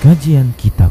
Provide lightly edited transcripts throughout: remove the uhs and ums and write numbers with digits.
Kajian Kitab.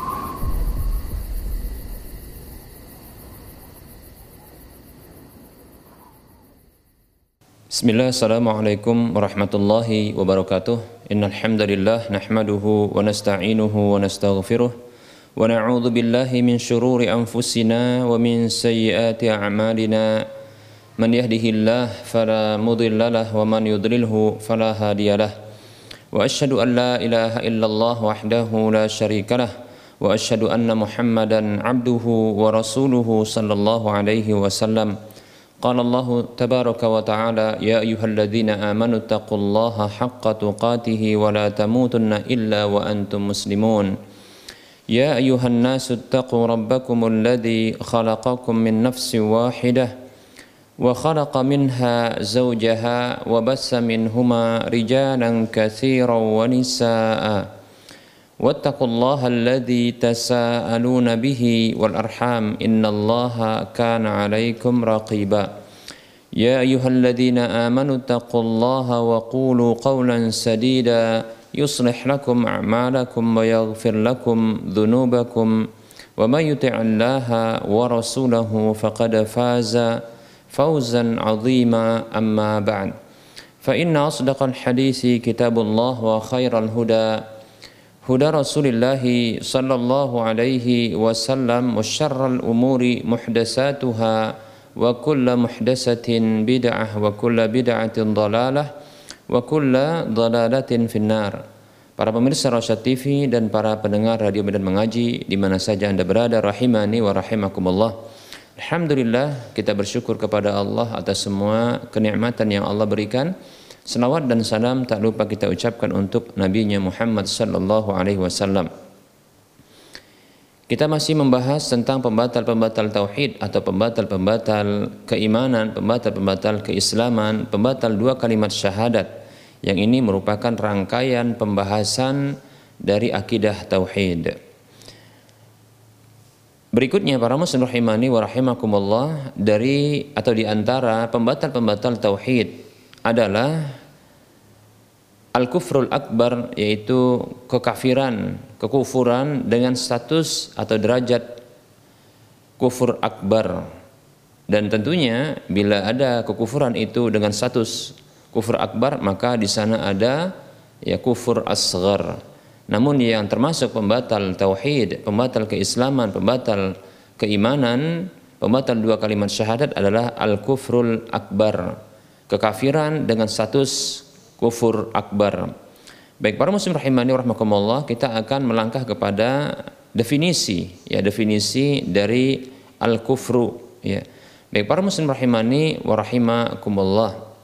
Bismillah, assalamualaikum warahmatullahi wabarakatuh. Innal hamdalillah nahmaduhu wa nasta'inuhu wa nastaghfiruh wa na'udzu billahi min shururi anfusina wa min sayyiati a'malina. Man yahdihillah fala mudilla lahu wa man yudlilhu fala hadiyalah. Wa asyhadu an la ilaha illallah wahdahu la syarikalah wa asyhadu anna Muhammadan abduhu wa rasuluhu sallallahu alaihi wasallam. Qala Allah tabaraka wa ta'ala ya ayyuhalladzina amanu taqullaha haqqa tuqatih wa la tamutunna illa wa antum muslimun. Ya ayyuhan nasu taqu rabbakumul ladzi khalaqakum min nafsin wahidah wa khalaqa minha zawjaha wa bassa minhuma rijalan katsiran wa nisaa'a wattaqullaha alladzi tasaaluna bihi wal arham innallaha kana 'alaikum raqiba. Ya ayyuhalladzina amanu taqullaha wa qulu qawlan sadida yuslih lakum a'malakum wa yaghfir lakum dhunubakum wa may yuti'illaha wa rasulahu faqad faza fawzan 'azima. Amma ba'd, fa inna asdaqal hadisi kitabullah wa khairal huda huda rasulillahi sallallahu alaihi wasallam wa syarral umuri muhdatsatuha wa kullu muhdatsatin bid'ah wa kullu bid'atin dhalalah wa kullu dhalalatin finnar. Para pemirsa Rosyad TV dan para pendengar radio Medan Mengaji di mana saja Anda berada, rahimani wa rahimakumullah. Alhamdulillah, kita bersyukur kepada Allah atas semua kenikmatan yang Allah berikan. Selawat dan salam tak lupa kita ucapkan untuk Nabi-Nya Muhammad sallallahu alaihi wasallam. Kita masih membahas tentang pembatal-pembatal tauhid atau pembatal-pembatal keimanan, pembatal-pembatal keislaman, pembatal dua kalimat syahadat. Yang ini merupakan rangkaian pembahasan dari akidah tauhid. Berikutnya para muslim rahimani wa rahimakumullah, dari atau di antara pembatal-pembatal tauhid adalah al-kufrul akbar, yaitu kekafiran, kekufuran dengan status atau derajat kufur akbar. Dan tentunya bila ada kekufuran itu dengan status kufur akbar, maka di sana ada ya kufur asghar. Namun yang termasuk pembatal tauhid, pembatal keislaman, pembatal keimanan, pembatal dua kalimat syahadat adalah al-kufrul akbar, kekafiran dengan status kufur akbar. Baik para muslim rahimani wa rahimakumullah, kita akan melangkah kepada definisi dari al-kufru ya. Baik para muslim rahimani wa rahimakumullah,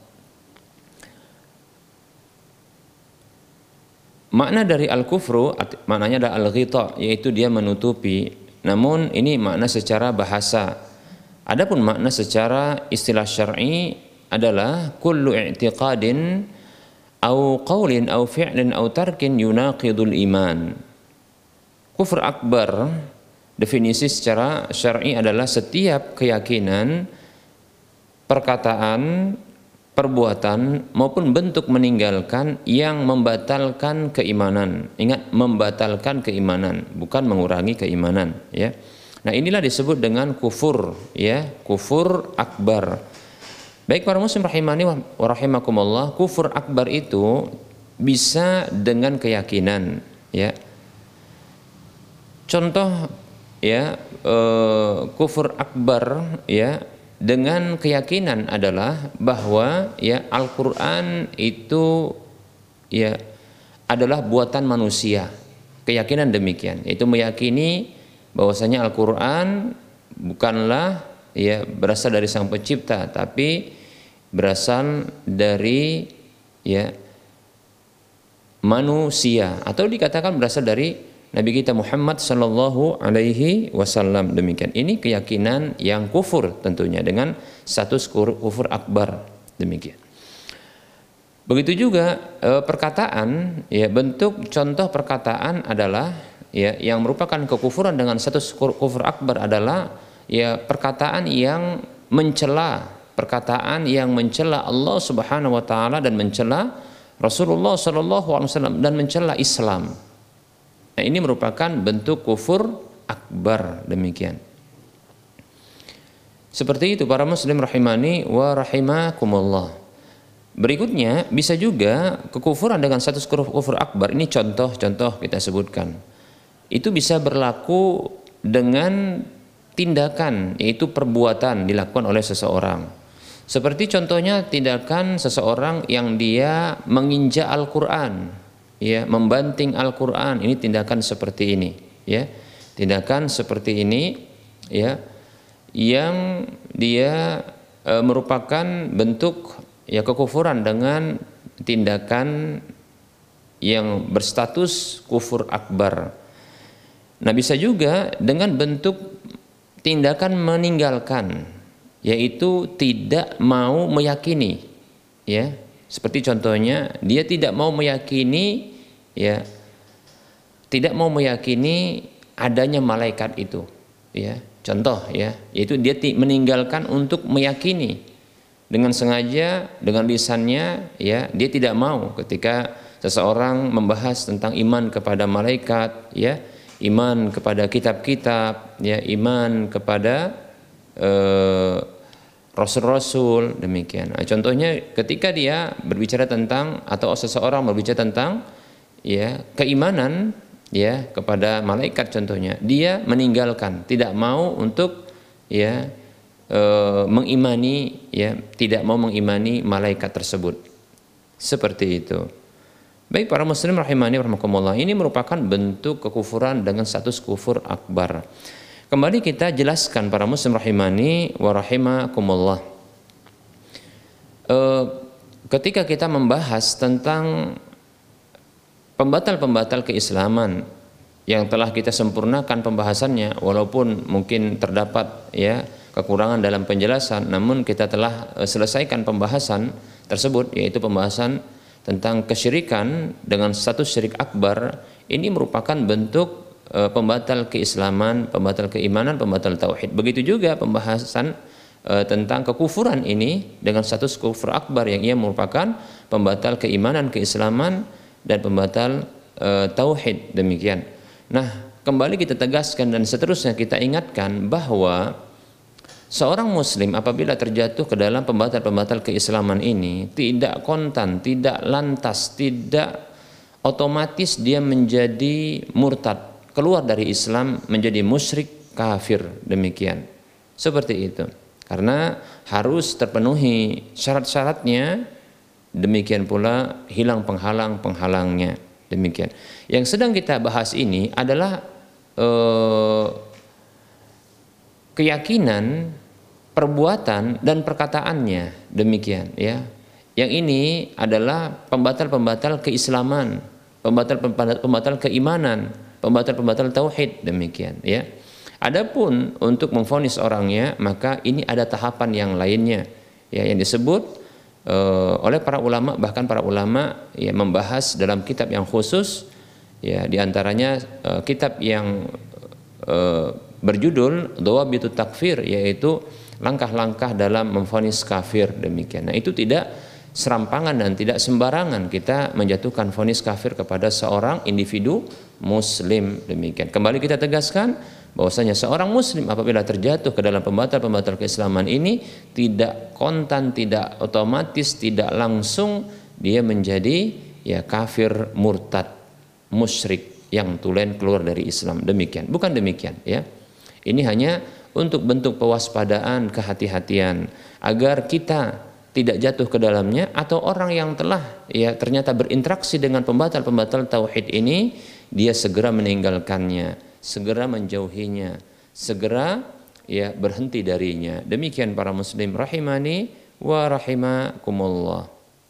makna dari al-kufru maknanya adalah al-ghita, yaitu dia menutupi. Namun ini makna secara bahasa. Adapun makna secara istilah syar'i adalah kullu i'tiqadin au qaulin au fi'lin au tarkin yunaqidul iman. Kufur akbar definisi secara syar'i adalah setiap keyakinan, perkataan, perbuatan maupun bentuk meninggalkan yang membatalkan keimanan. Ingat, membatalkan keimanan, bukan mengurangi keimanan ya. Nah, inilah disebut dengan kufur ya, kufur akbar. Baik para muslim rahimani wa rahimakumullah, kufur akbar itu bisa dengan keyakinan ya. Contoh ya, kufur akbar ya dengan keyakinan adalah bahwa ya Al-Qur'an itu ya adalah buatan manusia. Keyakinan demikian, yaitu meyakini bahwasanya Al-Qur'an bukanlah ya berasal dari Sang Pencipta, tapi berasal dari ya manusia, atau dikatakan berasal dari Nabi kita Muhammad sallallahu alaihi wasallam. Demikian. Ini keyakinan yang kufur tentunya dengan status kufur akbar. Demikian. Begitu juga perkataan ya, bentuk contoh perkataan adalah ya yang merupakan kekufuran dengan status kufur akbar adalah ya perkataan yang mencela, perkataan yang mencela Allah Subhanahu wa taala dan mencela Rasulullah sallallahu alaihi wasallam dan mencela Islam. Nah, ini merupakan bentuk kufur akbar, demikian. Seperti itu para muslim rahimani wa rahimakumullah. Berikutnya bisa juga kekufuran dengan status kufur akbar. Ini contoh-contoh kita sebutkan. Itu bisa berlaku dengan tindakan, yaitu perbuatan dilakukan oleh seseorang. Seperti contohnya tindakan seseorang yang dia menginjak Al-Qur'an, ya, membanting Al-Qur'an. Ini tindakan seperti ini, ya. Tindakan seperti ini, ya, yang dia merupakan bentuk ya kekufuran dengan tindakan yang berstatus kufur akbar. Nah, bisa juga dengan bentuk tindakan meninggalkan, yaitu tidak mau meyakini, ya. Seperti contohnya dia tidak mau meyakini, ya, tidak mau meyakini adanya malaikat itu, ya. Contoh, ya, yaitu dia meninggalkan untuk meyakini dengan sengaja, dengan lisannya, ya, dia tidak mau ketika seseorang membahas tentang iman kepada malaikat, ya, iman kepada kitab-kitab, ya, iman kepada rasul-rasul, demikian. Nah, contohnya ketika dia berbicara tentang atau seseorang berbicara tentang, ya, keimanan, ya, kepada malaikat contohnya, dia meninggalkan, tidak mau untuk, ya, mengimani, ya, tidak mau mengimani malaikat tersebut. Seperti itu. Baik para muslim rahimani rahimakumullah, ini merupakan bentuk kekufuran dengan status kufur akbar. Kembali kita jelaskan para muslim rahimani wa rahimakumullah. Ketika kita membahas tentang pembatal-pembatal keislaman yang telah kita sempurnakan pembahasannya, walaupun mungkin terdapat, ya, kekurangan dalam penjelasan, namun kita telah selesaikan pembahasan tersebut, yaitu pembahasan tentang kesyirikan dengan status syirik akbar. Ini merupakan bentuk pembatal keislaman, pembatal keimanan, pembatal tauhid. Begitu juga pembahasan tentang kekufuran ini dengan status kufur akbar, yang ia merupakan pembatal keimanan, keislaman, dan pembatal tauhid, demikian. Nah, kembali kita tegaskan dan seterusnya kita ingatkan bahwa seorang muslim apabila terjatuh ke dalam pembatal-pembatal keislaman ini tidak kontan, tidak lantas, tidak otomatis dia menjadi murtad, keluar dari Islam, menjadi musyrik, kafir, demikian. Seperti itu. Karena harus terpenuhi syarat-syaratnya, demikian pula hilang penghalang-penghalangnya, demikian. Yang sedang kita bahas ini adalah keyakinan, perbuatan, dan perkataannya, demikian, ya. Yang ini adalah pembatal-pembatal keislaman, pembatal-pembatal keimanan, pembatal-pembatal tauhid, demikian, ya. Adapun untuk memvonis orangnya, maka ini ada tahapan yang lainnya, ya, yang disebut oleh para ulama, bahkan para ulama, ya, membahas dalam kitab yang khusus, ya, diantaranya kitab yang berjudul Dhawabitut Takfir, yaitu langkah-langkah dalam memvonis kafir, demikian. Nah, itu tidak serampangan dan tidak sembarangan kita menjatuhkan vonis kafir kepada seorang individu muslim, demikian. Kembali kita tegaskan bahwasanya seorang muslim apabila terjatuh ke dalam pembatal-pembatal keislaman ini tidak kontan, tidak otomatis, tidak langsung dia menjadi, ya, kafir, murtad, musyrik yang tulen keluar dari Islam, demikian. Bukan demikian, ya. Ini hanya untuk bentuk pewaspadaan, kehati-hatian agar kita tidak jatuh ke dalamnya, atau orang yang telah, ya, ternyata berinteraksi dengan pembatal-pembatal tauhid ini, dia segera meninggalkannya, segera menjauhinya, segera, ya, berhenti darinya. Demikian para muslim rahimani wa rahimakumullah.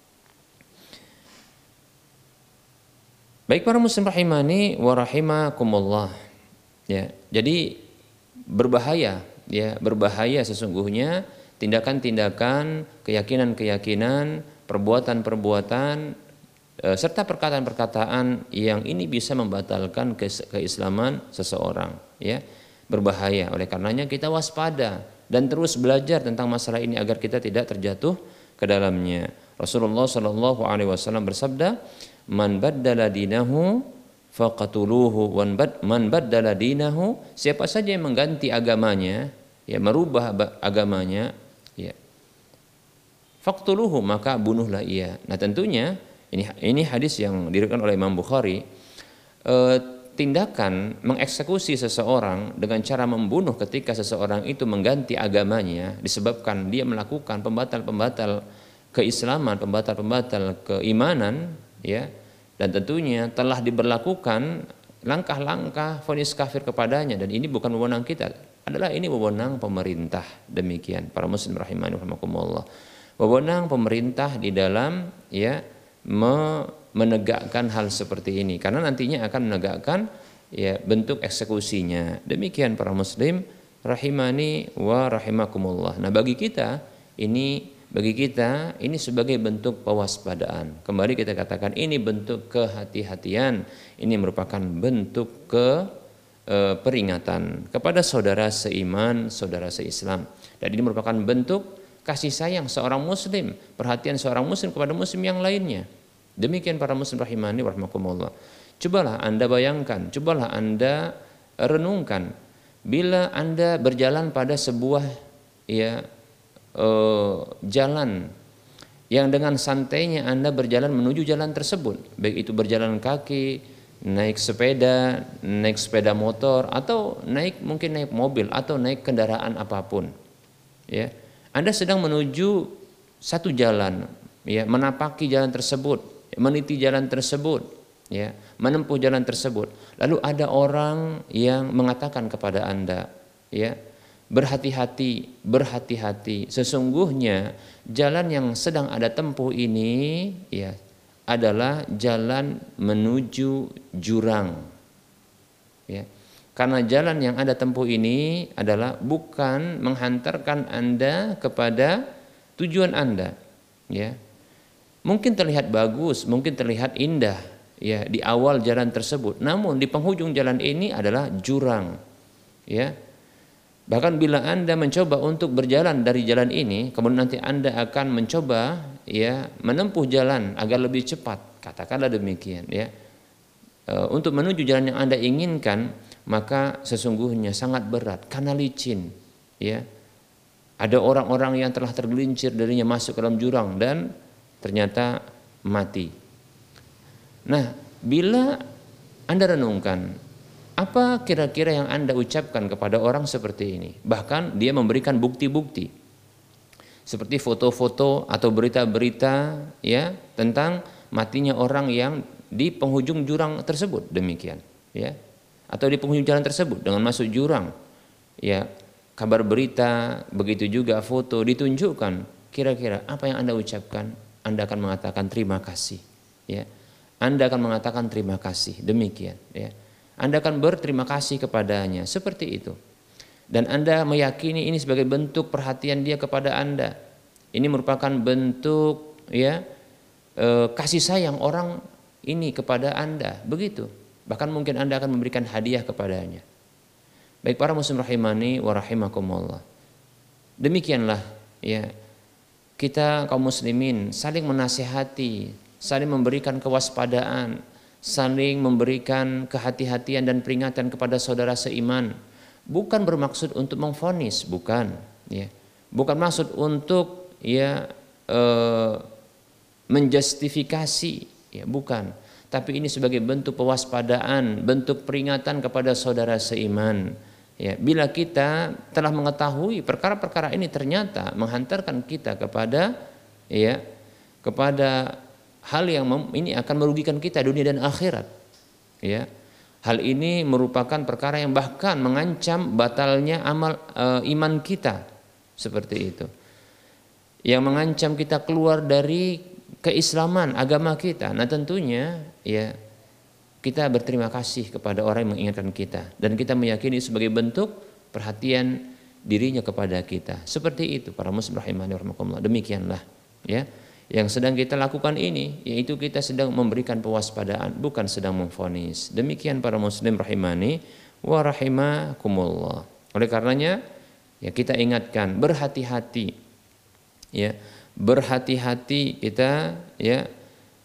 Baik para muslim rahimani wa rahimakumullah, ya. Jadi berbahaya, ya, berbahaya sesungguhnya tindakan-tindakan, keyakinan-keyakinan, perbuatan-perbuatan, serta perkataan-perkataan yang ini bisa membatalkan keislaman seseorang, ya. Berbahaya. Oleh karenanya kita waspada dan terus belajar tentang masalah ini agar kita tidak terjatuh ke dalamnya. Rasulullah Shallallahu Alaihi Wasallam bersabda, "Man baddala dinahu faqatuluhu man baddala dinahu, siapa saja yang mengganti agamanya, ya merubah agamanya, ya faqtuluhu, maka bunuhlah ia. Nah, tentunya ini hadis yang diriwayatkan oleh Imam Bukhari. Tindakan mengeksekusi seseorang dengan cara membunuh ketika seseorang itu mengganti agamanya disebabkan dia melakukan pembatal-pembatal keislaman, pembatal-pembatal keimanan, ya, dan tentunya telah diberlakukan langkah-langkah vonis kafir kepadanya, dan ini bukan wewenang kita, ini wewenang pemerintah. Demikian para muslim rahimani rahimakumullah. Wewenang pemerintah di dalam, ya, menegakkan hal seperti ini, karena nantinya akan menegakkan, ya, bentuk eksekusinya. Demikian para muslim rahimani wa rahimakumullah. Nah, bagi kita ini sebagai bentuk kewaspadaan. Kembali kita katakan ini bentuk kehati-hatian, ini merupakan bentuk peringatan kepada saudara seiman, saudara seislam. Dan ini merupakan bentuk kasih sayang seorang muslim, perhatian seorang muslim kepada muslim yang lainnya. Demikian para muslim rahimani wa rahmakumullah. Cobalah Anda bayangkan, cobalah Anda renungkan, bila Anda berjalan pada sebuah, ya, jalan yang dengan santainya Anda berjalan menuju jalan tersebut, baik itu berjalan kaki, naik sepeda motor, atau mungkin naik mobil atau naik kendaraan apapun, ya. Anda sedang menuju satu jalan, ya, menapaki jalan tersebut, meniti jalan tersebut, ya, menempuh jalan tersebut. Lalu ada orang yang mengatakan kepada Anda, ya, berhati-hati, sesungguhnya jalan yang sedang Anda tempuh ini, ya, adalah jalan menuju jurang, ya. Karena jalan yang Anda tempuh ini adalah bukan menghantarkan Anda kepada tujuan Anda, ya. Mungkin terlihat bagus, mungkin terlihat indah, ya, di awal jalan tersebut, namun di penghujung jalan ini adalah jurang, ya. Bahkan bila Anda mencoba untuk berjalan dari jalan ini, kemudian nanti Anda akan mencoba, ya, menempuh jalan agar lebih cepat, katakanlah demikian, ya, untuk menuju jalan yang Anda inginkan, maka sesungguhnya sangat berat karena licin, ya. Ada orang-orang yang telah tergelincir darinya masuk ke dalam jurang dan ternyata mati. Nah, bila Anda renungkan, apa kira-kira yang Anda ucapkan kepada orang seperti ini? Bahkan dia memberikan bukti-bukti seperti foto-foto atau berita-berita, ya, tentang matinya orang yang di penghujung jurang tersebut, demikian, ya, atau di penghujung jalan tersebut dengan masuk jurang, ya, kabar berita, begitu juga foto ditunjukkan. Kira-kira apa yang Anda ucapkan? Anda akan mengatakan terima kasih, ya. Anda akan mengatakan terima kasih, demikian, ya. Anda akan berterima kasih kepadanya seperti itu. Dan Anda meyakini ini sebagai bentuk perhatian dia kepada Anda. Ini merupakan bentuk, ya, kasih sayang orang ini kepada Anda, begitu. Bahkan mungkin Anda akan memberikan hadiah kepadanya. Baik para muslim rahimani wa rahimakumullah. Demikianlah, ya, kita kaum muslimin saling menasihati, saling memberikan kewaspadaan, saling memberikan kehati-hatian dan peringatan kepada saudara seiman. Bukan bermaksud untuk memvonis, bukan, ya. Bukan maksud untuk, ya, menjustifikasi, ya, bukan. Tapi ini sebagai bentuk pewaspadaan, bentuk peringatan kepada saudara seiman. Ya, bila kita telah mengetahui perkara-perkara ini ternyata menghantarkan kita kepada, ya, kepada hal yang ini akan merugikan kita dunia dan akhirat, ya. Hal ini merupakan perkara yang bahkan mengancam batalnya amal iman kita, seperti itu. Yang mengancam kita keluar dari keislaman agama kita. Nah, tentunya, ya, kita berterima kasih kepada orang yang mengingatkan kita, dan kita meyakini sebagai bentuk perhatian dirinya kepada kita. Seperti itu para muslim rahimani rahimakumullah. Demikianlah, ya, yang sedang kita lakukan ini, yaitu kita sedang memberikan pewaspadaan, bukan sedang memvonis. Demikian para muslim rahimani wa rahimakumullah. Oleh karenanya, ya, kita ingatkan, berhati-hati, ya, berhati-hati kita, ya,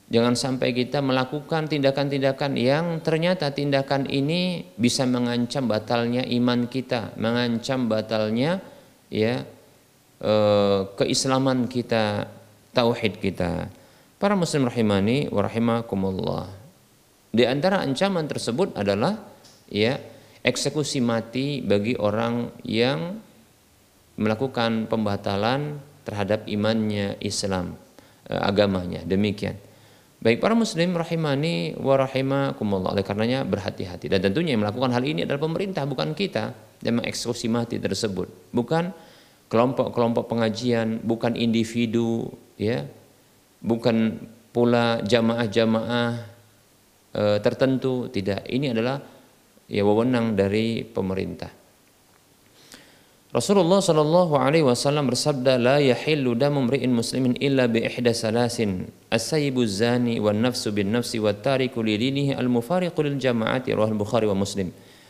Jangan sampai kita melakukan tindakan-tindakan yang ternyata tindakan ini bisa mengancam batalnya iman kita, mengancam batalnya ya keislaman kita, tauhid kita. Para muslim rahimani wa rahimakumullah. Di antara ancaman tersebut adalah ya eksekusi mati bagi orang yang melakukan pembatalan terhadap imannya, Islam, agamanya. Demikian. Baik para muslim rahimani wa rahimakumullah. Oleh karenanya berhati-hati, dan tentunya yang melakukan hal ini adalah pemerintah, bukan kita, yang mengeksekusi mati tersebut. Bukan kelompok-kelompok pengajian, bukan individu, ya, bukan pula jamaah-jamaah tertentu, tidak. Ini adalah ya wewenang dari pemerintah. Rasulullah Shallallahu Alaihi Wasallam bersabda, la yahillu damu mri'in muslimin illa bi ihda salasin, as-sayyibu zani wan nafsu bin nafsi wat tariku li dinihi al mufariqu lil jama'ati, riwayat Bukhari wa Muslim.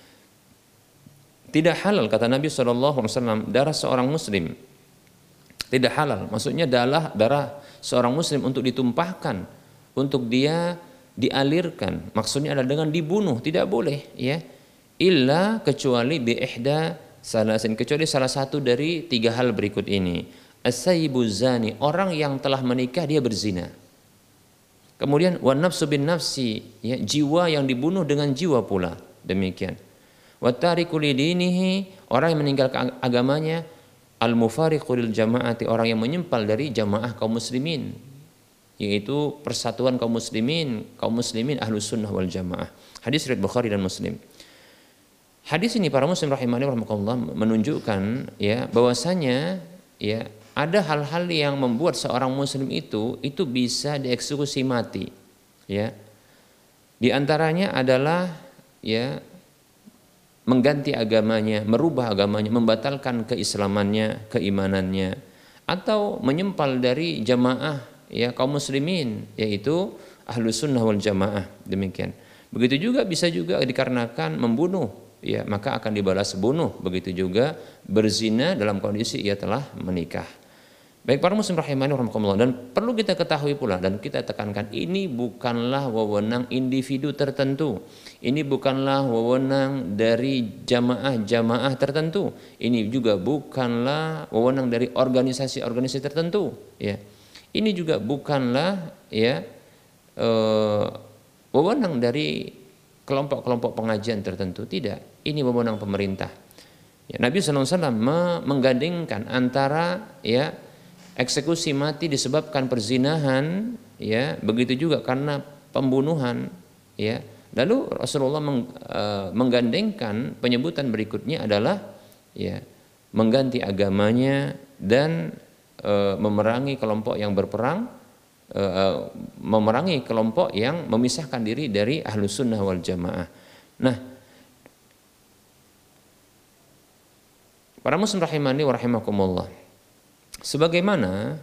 Tidak halal, kata Nabi Shallallahu Alaihi Wasallam, darah seorang muslim. Tidak halal, maksudnya darah seorang muslim untuk ditumpahkan, untuk dia dialirkan, maksudnya adalah dengan dibunuh, tidak boleh, ya. Illa, kecuali bi ihda salasin, kecuali salah satu dari tiga hal berikut ini. As-sayyibu zani, orang yang telah menikah dia berzina. Kemudian wan nafsu bin nafsi, ya, jiwa yang dibunuh dengan jiwa pula, demikian. Wat tariku li dinihi, orang yang meninggalkan agamanya. Al mufariqu lil jama'ati, orang yang menyempal dari jamaah kaum muslimin, yaitu persatuan kaum muslimin ahlus sunnah wal jamaah. Hadis riwayat Bukhari dan Muslim. Hadis ini para muslim rahimani rahimakumullah menunjukkan ya bahwasanya ya ada hal-hal yang membuat seorang muslim itu bisa dieksekusi mati, ya. Di antaranya adalah ya mengganti agamanya, merubah agamanya, membatalkan keislamannya, keimanannya, atau menyempal dari jamaah ya kaum muslimin, yaitu ahlus sunnah wal jamaah, demikian. Begitu juga bisa juga dikarenakan membunuh, ya, maka akan dibalas bunuh. Begitu juga berzina dalam kondisi ia telah menikah. Baik para muslim rahimani rahimakumullah, dan perlu kita ketahui pula dan kita tekankan, ini bukanlah wewenang individu tertentu. Ini bukanlah wewenang dari jamaah-jamaah tertentu. Ini juga bukanlah wewenang dari organisasi-organisasi tertentu, ya. Ini juga bukanlah ya wewenang dari kelompok-kelompok pengajian tertentu, tidak. Ini wewenang pemerintah. Ya, Nabi SAW menggandengkan antara ya eksekusi mati disebabkan perzinahan, ya, begitu juga karena pembunuhan, ya. Lalu Rasulullah menggandengkan penyebutan berikutnya adalah ya mengganti agamanya dan memerangi kelompok yang berperang, memerangi kelompok yang memisahkan diri dari ahlus sunnah wal jamaah. Nah, para muslim rahimani wa rahimakumullah, sebagaimana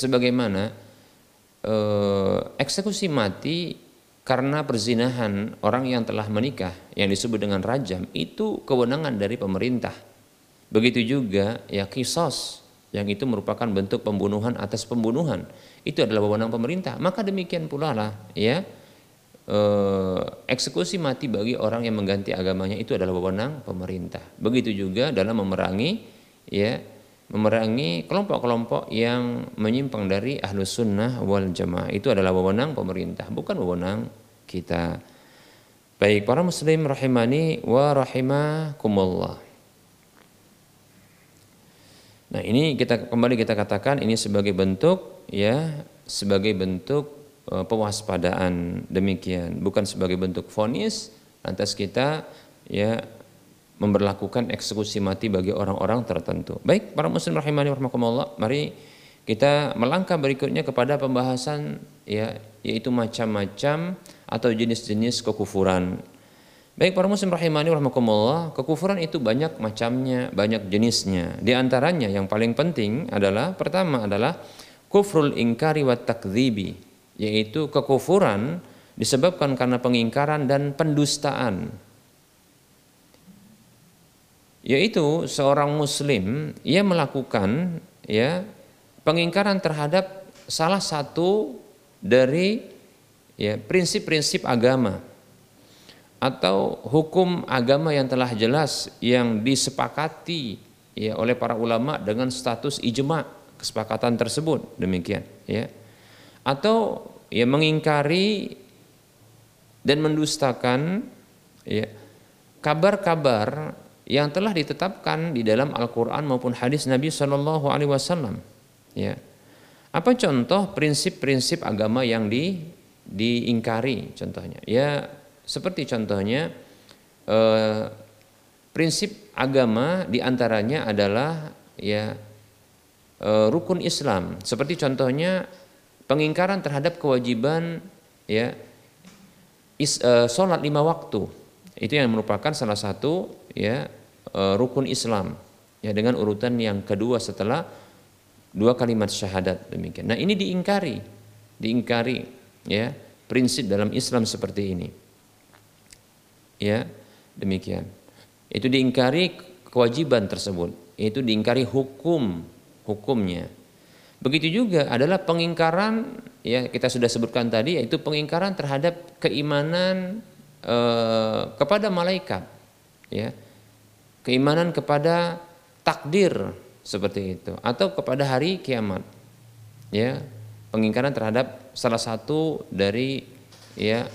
eksekusi mati karena perzinahan orang yang telah menikah yang disebut dengan rajam, itu kewenangan dari pemerintah. Begitu juga ya qisas, yang itu merupakan bentuk pembunuhan atas pembunuhan, itu adalah wewenang pemerintah. Maka demikian pula lah ya eksekusi mati bagi orang yang mengganti agamanya, itu adalah wewenang pemerintah. Begitu juga dalam memerangi kelompok-kelompok yang menyimpang dari ahlus sunnah wal jamaah, itu adalah wewenang pemerintah, bukan wewenang kita. Baik para muslim rahimani wa rahimakumullah. Nah, ini kita katakan ini sebagai bentuk pewaspadaan, demikian, bukan sebagai bentuk vonis lantas kita ya memberlakukan eksekusi mati bagi orang-orang tertentu. Baik para muslim rahimani wa rahimakumullah, mari kita melangkah berikutnya kepada pembahasan ya, yaitu macam-macam atau jenis-jenis kekufuran. Baik para muslim rahimani wa rahimakumullah, kekufuran itu banyak macamnya, banyak jenisnya. Di antaranya yang paling penting adalah, pertama adalah kufrul ingkari wa takdzibi, yaitu kekufuran disebabkan karena pengingkaran dan pendustaan. Yaitu seorang muslim ia melakukan ya pengingkaran terhadap salah satu dari ya prinsip-prinsip agama atau hukum agama yang telah jelas yang disepakati ya oleh para ulama dengan status ijma, kesepakatan tersebut, demikian ya. Atau ya mengingkari dan mendustakan ya kabar-kabar yang telah ditetapkan di dalam Al-Qur'an maupun hadis Nabi Shallallahu alaihi wasallam ya. Apa contoh prinsip-prinsip agama yang diingkari contohnya? Ya seperti contohnya prinsip agama diantaranya adalah ya rukun Islam. Seperti contohnya pengingkaran terhadap kewajiban ya sholat 5 waktu. Itu yang merupakan salah satu ya rukun Islam ya dengan urutan yang kedua setelah 2 kalimat syahadat, demikian. Nah ini diingkari ya prinsip dalam Islam seperti ini. Ya, demikian. Itu diingkari kewajiban tersebut, itu diingkari hukumnya. Begitu juga adalah pengingkaran ya kita sudah sebutkan tadi, yaitu pengingkaran terhadap keimanan kepada malaikat, ya, keimanan kepada takdir seperti itu, atau kepada hari kiamat, ya, pengingkaran terhadap salah satu dari ya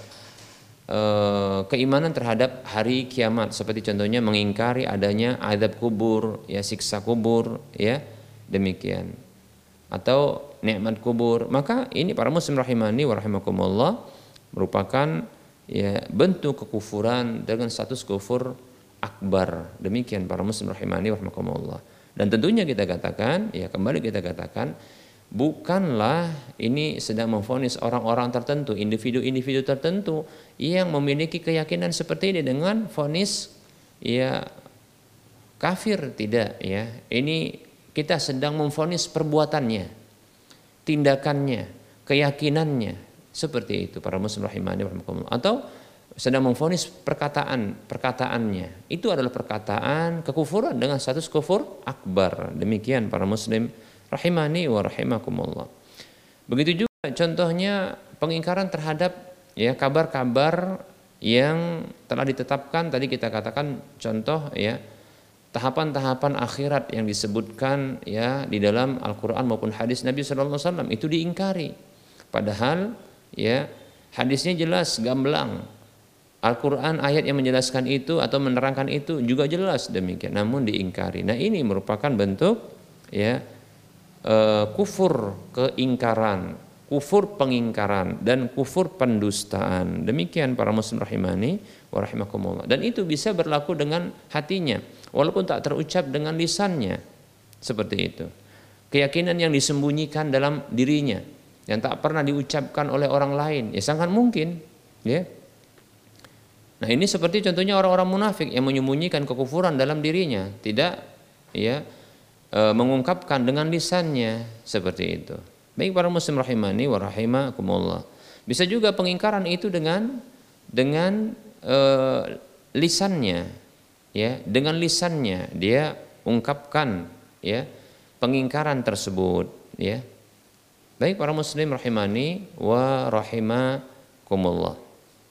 keimanan terhadap hari kiamat, seperti contohnya mengingkari adanya azab kubur, ya siksa kubur, ya demikian, atau nikmat kubur. Maka ini para muslim rahimani wa rahimakumullah merupakan ya bentuk kekufuran dengan status kufur akbar. Demikian para muslim rahimani wa rahimakumullah. Dan tentunya kita katakan, ya kembali kita katakan, bukanlah ini sedang memvonis orang-orang tertentu, individu-individu tertentu yang memiliki keyakinan seperti ini dengan vonis ya kafir, tidak ya. Ini kita sedang memvonis perbuatannya, tindakannya, keyakinannya, seperti itu para muslim rahimani rahimakumullah. Atau sedang memvonis perkataannya, itu adalah perkataan kekufuran dengan status kufur akbar. Demikian para muslim rahimani wa rahimakumullah. Begitu juga contohnya pengingkaran terhadap ya kabar-kabar yang telah ditetapkan, tadi kita katakan contoh ya tahapan-tahapan akhirat yang disebutkan ya di dalam Al-Qur'an maupun hadis Nabi sallallahu alaihi wasallam, itu diingkari. Padahal ya hadisnya jelas gamblang. Al-Qur'an ayat yang menjelaskan itu atau menerangkan itu juga jelas, demikian, namun diingkari. Nah, ini merupakan bentuk ya kufur keingkaran, kufur pengingkaran, dan kufur pendustaan. Demikian para muslim rahimani wa rahimakumullah. Dan itu bisa berlaku dengan hatinya, walaupun tak terucap dengan lisannya. Seperti itu. Keyakinan yang disembunyikan dalam dirinya, yang tak pernah diucapkan oleh orang lain, ya sangat mungkin, ya. Nah, ini seperti contohnya orang-orang munafik yang menyembunyikan kekufuran dalam dirinya, tidak ya mengungkapkan dengan lisannya, seperti itu. Baik para muslim rahimani wa rahimakumullah. Bisa juga pengingkaran itu dengan lisannya, ya, dengan lisannya dia ungkapkan ya pengingkaran tersebut, ya. Baik para muslim rahimani wa rahimakumullah.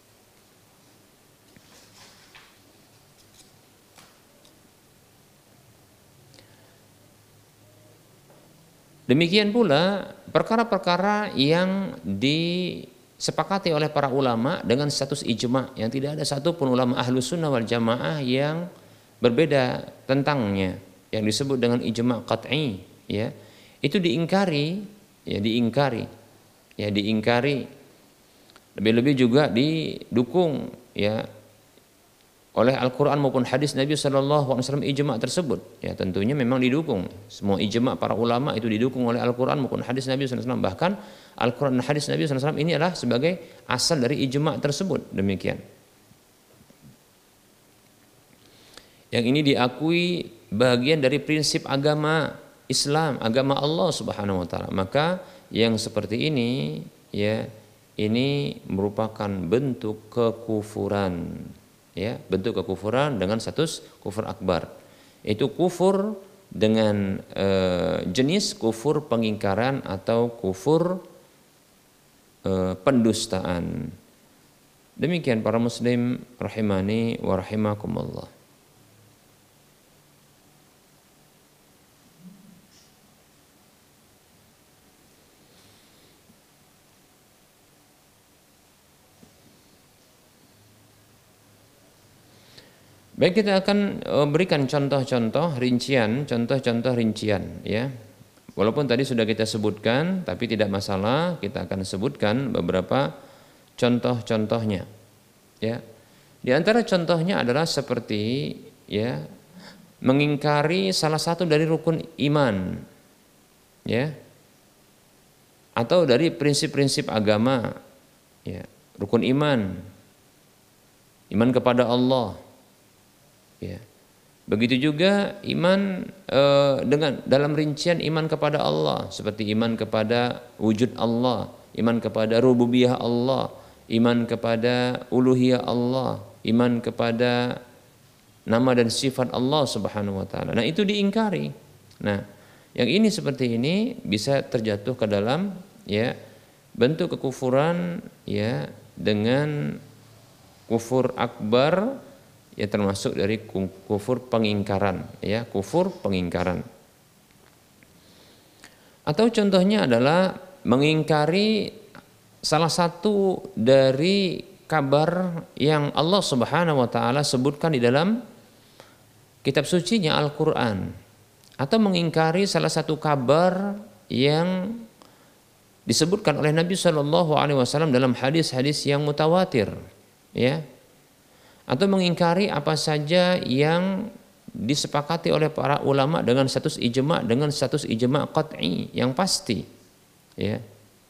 Demikian pula perkara-perkara yang disepakati oleh para ulama dengan status ijma, yang tidak ada satupun ulama ahlu sunnah wal jamaah yang berbeda tentangnya, yang disebut dengan ijma qat'i, ya, itu diingkari, ya diingkari, ya diingkari. Lebih-lebih juga didukung ya oleh Al-Quran maupun hadis Nabi SAW ijma tersebut, ya tentunya memang didukung. Semua ijma para ulama itu didukung oleh Al-Quran maupun hadis Nabi SAW. Bahkan Al-Quran dan hadis Nabi SAW ini adalah sebagai asal dari ijma tersebut. Demikian. Yang ini diakui bagian dari prinsip agama Islam, agama Allah Subhanahu Wa Taala. Maka yang seperti ini, ya ini merupakan bentuk kekufuran. Ya, bentuk kekufuran dengan status kufur akbar. Itu kufur dengan jenis kufur pengingkaran atau kufur pendustaan. Demikian para muslim rahimani wa rahimakumullah. Baik, kita akan berikan contoh-contoh rincian ya. Walaupun tadi sudah kita sebutkan, tapi tidak masalah, kita akan sebutkan beberapa contoh-contohnya. Ya. Di antara contohnya adalah seperti ya, mengingkari salah satu dari rukun iman. Ya. Atau dari prinsip-prinsip agama, ya, rukun iman. Iman kepada Allah. Ya. Begitu juga iman dengan dalam rincian iman kepada Allah, seperti iman kepada wujud Allah, iman kepada rububiyah Allah, iman kepada uluhiyah Allah, iman kepada nama dan sifat Allah Subhanahu wa taala. Nah, itu diingkari. Nah, yang ini seperti ini bisa terjatuh ke dalam ya bentuk kekufuran ya, dengan kufur akbar ya, termasuk dari kufur pengingkaran ya, kufur pengingkaran. Atau contohnya adalah mengingkari salah satu dari kabar yang Allah Subhanahu wa taala sebutkan di dalam kitab sucinya Al-Qur'an, atau mengingkari salah satu kabar yang disebutkan oleh Nabi Shallallahu alaihi wasallam dalam hadis-hadis yang mutawatir ya. Atau mengingkari apa saja yang disepakati oleh para ulama dengan status ijma qat'i yang pasti ya.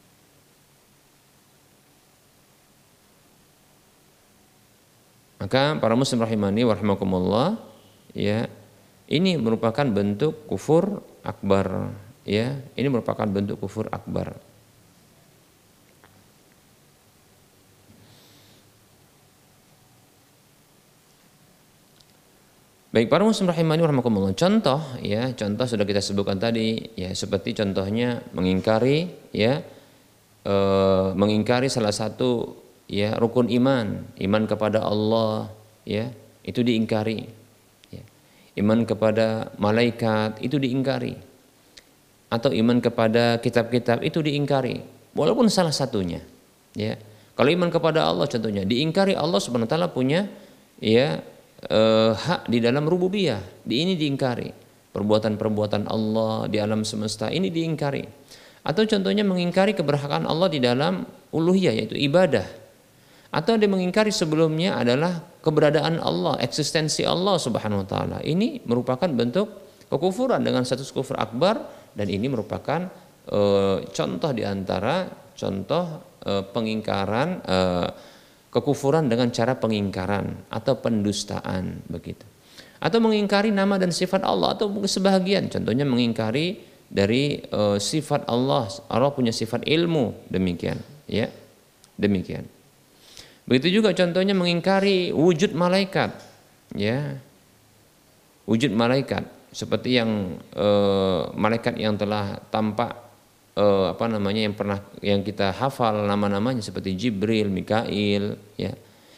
Maka para muslim rahimani wa rahimakumullah ya, ini merupakan bentuk kufur akbar ya, ini merupakan bentuk kufur akbar. Baik para muslim rahimani warahmatullah, contoh ya, contoh sudah kita sebutkan tadi ya, seperti contohnya mengingkari ya, mengingkari salah satu ya rukun iman, iman kepada Allah ya, itu diingkari ya. Iman kepada malaikat itu diingkari, atau iman kepada kitab-kitab itu diingkari, walaupun salah satunya ya. Kalau iman kepada Allah contohnya diingkari, Allah Subhanahu wa taala punya ya hak di dalam rububiyah, ini diingkari. Perbuatan-perbuatan Allah di alam semesta ini diingkari. Atau contohnya mengingkari keberhakan Allah di dalam uluhiyah, yaitu ibadah. Atau dia mengingkari sebelumnya adalah keberadaan Allah, eksistensi Allah Subhanahu wa taala. Ini merupakan bentuk kekufuran dengan status kufur akbar, dan ini merupakan contoh di antara contoh pengingkaran kekufuran dengan cara pengingkaran atau pendustaan begitu. Atau mengingkari nama dan sifat Allah, atau sebahagian, contohnya mengingkari dari sifat Allah. Allah punya sifat ilmu, demikian ya, demikian. Begitu juga contohnya mengingkari wujud malaikat ya, wujud malaikat seperti yang malaikat yang telah tampak yang kita hafal nama-namanya, seperti Jibril, Mikail ya,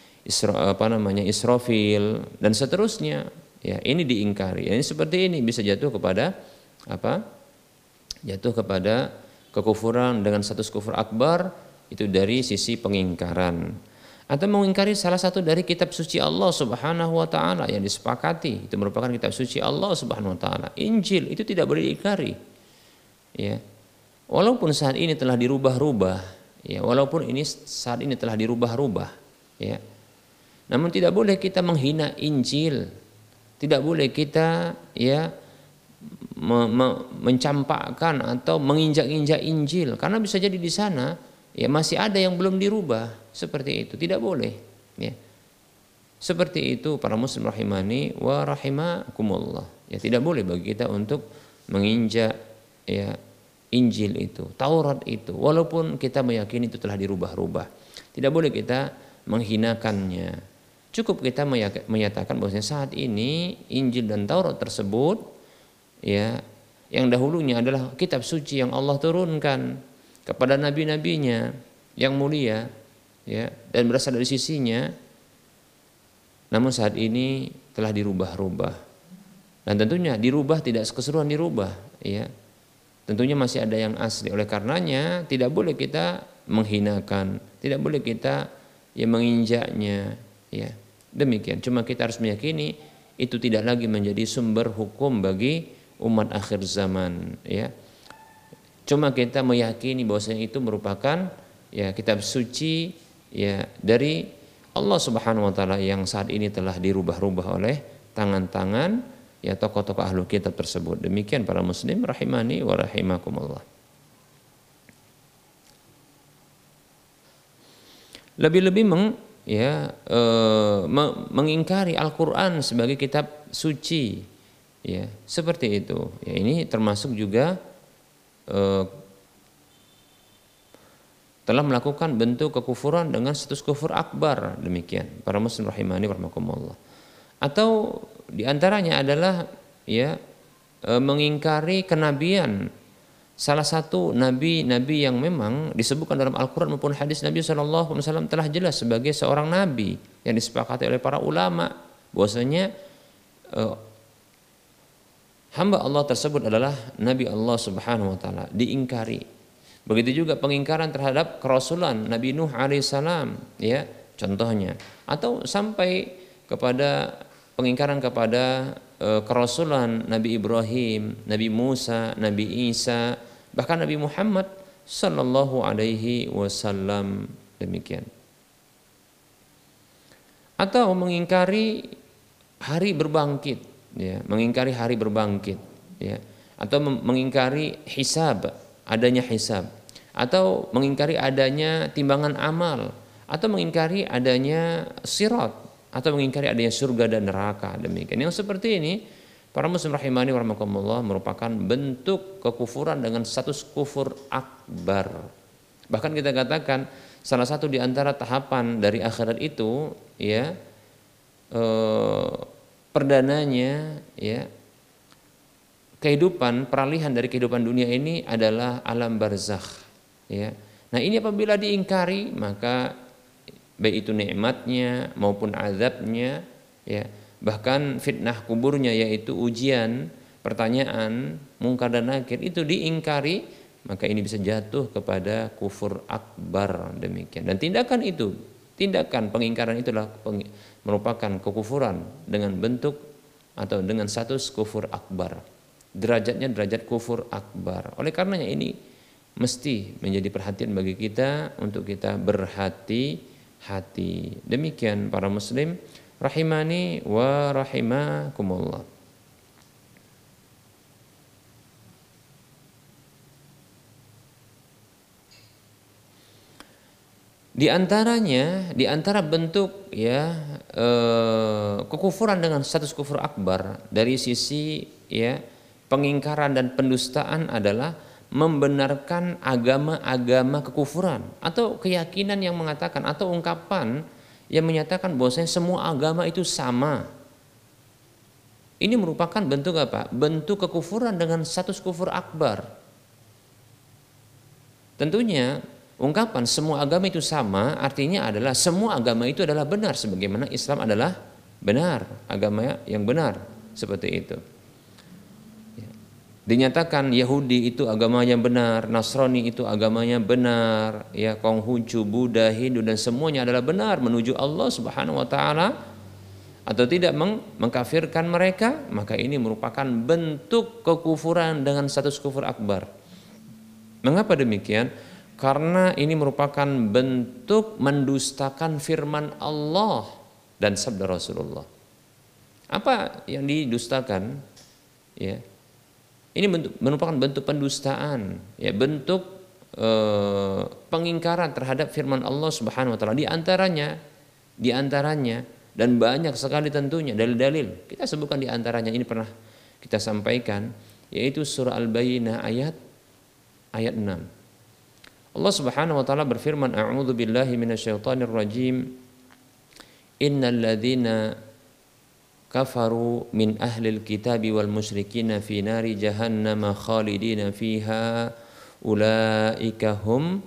Israfil dan seterusnya ya, ini diingkari. Ini seperti ini bisa jatuh kepada jatuh kepada kekufuran dengan status kufur akbar, itu dari sisi pengingkaran. Atau mengingkari salah satu dari kitab suci Allah Subhanahu wa taala yang disepakati itu merupakan kitab suci Allah Subhanahu wa taala. Injil itu tidak boleh diingkari ya. Walaupun saat ini telah dirubah-rubah, ya, walaupun saat ini telah dirubah-rubah, ya, namun tidak boleh kita menghina Injil, tidak boleh kita ya mencampakkan atau menginjak-injak Injil, karena bisa jadi di sana ya masih ada yang belum dirubah, seperti itu, tidak boleh, ya. Seperti itu para muslim rahimani wa rahimakumullah, ya, tidak boleh bagi kita untuk menginjak ya Injil itu, Taurat itu, walaupun kita meyakini itu telah dirubah-rubah. Tidak boleh kita menghinakannya. Cukup kita menyatakan bahwasanya saat ini Injil dan Taurat tersebut ya, yang dahulunya adalah kitab suci yang Allah turunkan kepada nabi-nabinya yang mulia, ya, dan berasal dari sisinya, namun saat ini telah dirubah-rubah. Dan tentunya dirubah tidak keseluruhan dirubah, ya. Tentunya masih ada yang asli. Oleh karenanya tidak boleh kita menghinakan, tidak boleh kita menginjaknya, ya. Demikian. Cuma kita harus meyakini itu tidak lagi menjadi sumber hukum bagi umat akhir zaman, ya. Cuma kita meyakini bahwasanya itu merupakan kitab suci dari Allah Subhanahu wa taala yang saat ini telah dirubah-rubah oleh tangan-tangan tokoh-tokoh ahlu kitab tersebut. Demikian para muslim rahimani wa rahimakumullah. Lebih-lebih mengingkari Al-Qur'an sebagai kitab suci, seperti itu. Ini termasuk juga telah melakukan bentuk kekufuran dengan status kufur akbar. Demikian para muslim rahimani wa rahimakumullah. Atau diantaranya adalah mengingkari kenabian salah satu nabi-nabi yang memang disebutkan dalam Al-Quran maupun hadis Nabi SAW telah jelas sebagai seorang nabi yang disepakati oleh para ulama bahwasanya hamba Allah tersebut adalah Nabi Allah Subhanahu wa taala, diingkari. Begitu juga pengingkaran terhadap kerasulan Nabi Nuh alaihissalam, contohnya, atau sampai kepada pengingkaran kepada kerasulan Nabi Ibrahim, Nabi Musa, Nabi Isa, bahkan Nabi Muhammad sallallahu alaihi wasallam. Demikian. Atau mengingkari hari berbangkit, mengingkari hari berbangkit, atau mengingkari hisab, adanya hisab, atau mengingkari adanya timbangan amal, atau mengingkari adanya sirat, atau mengingkari adanya surga dan neraka. Demikian. Yang seperti ini para muslim rahimani wa rahimakumullah merupakan bentuk kekufuran dengan status kufur akbar. Bahkan kita katakan salah satu di antara tahapan dari akhirat itu perdananya kehidupan, peralihan dari kehidupan dunia ini adalah alam barzakh, Nah, ini apabila diingkari maka baik itu nikmatnya maupun azabnya, bahkan fitnah kuburnya yaitu ujian, pertanyaan, mungkar dan nakir itu diingkari, maka ini bisa jatuh kepada kufur akbar. Demikian. Dan tindakan pengingkaran itulah merupakan kekufuran dengan bentuk atau dengan status kufur akbar. Derajatnya derajat kufur akbar. Oleh karenanya ini mesti menjadi perhatian bagi kita untuk kita berhati-hati. Demikian para muslim rahimani wa rahimakumullah. Di antara bentuk kekufuran dengan status kufur akbar dari sisi pengingkaran dan pendustaan adalah membenarkan agama-agama kekufuran atau keyakinan yang mengatakan atau ungkapan yang menyatakan bahwasanya semua agama itu sama. Ini merupakan bentuk apa? Bentuk kekufuran dengan status kufur akbar. Tentunya ungkapan semua agama itu sama artinya adalah semua agama itu adalah benar sebagaimana Islam adalah benar, agama yang benar, seperti itu. Dinyatakan Yahudi itu agama yang benar, Nasrani itu agamanya benar, Konghucu, Buddha, Hindu dan semuanya adalah benar menuju Allah Subhanahu wa taala atau tidak mengkafirkan mereka, maka ini merupakan bentuk kekufuran dengan status kufur akbar. Mengapa demikian? Karena ini merupakan bentuk mendustakan firman Allah dan sabda Rasulullah. Apa yang didustakan? Ini merupakan bentuk pendustaan, bentuk pengingkaran terhadap firman Allah Subhanahu wa taala. Di antaranya dan banyak sekali tentunya dalil-dalil. Kita sebutkan di antaranya, ini pernah kita sampaikan, yaitu surah Al-Bayyinah ayat 6. Allah Subhanahu wa taala berfirman, a'udzu billahi minasyaitonir rajim. Innal ladzina kafaru min ahlil kitabi wal musyrikina fi nari jahannama khalidina fiha ulaika hum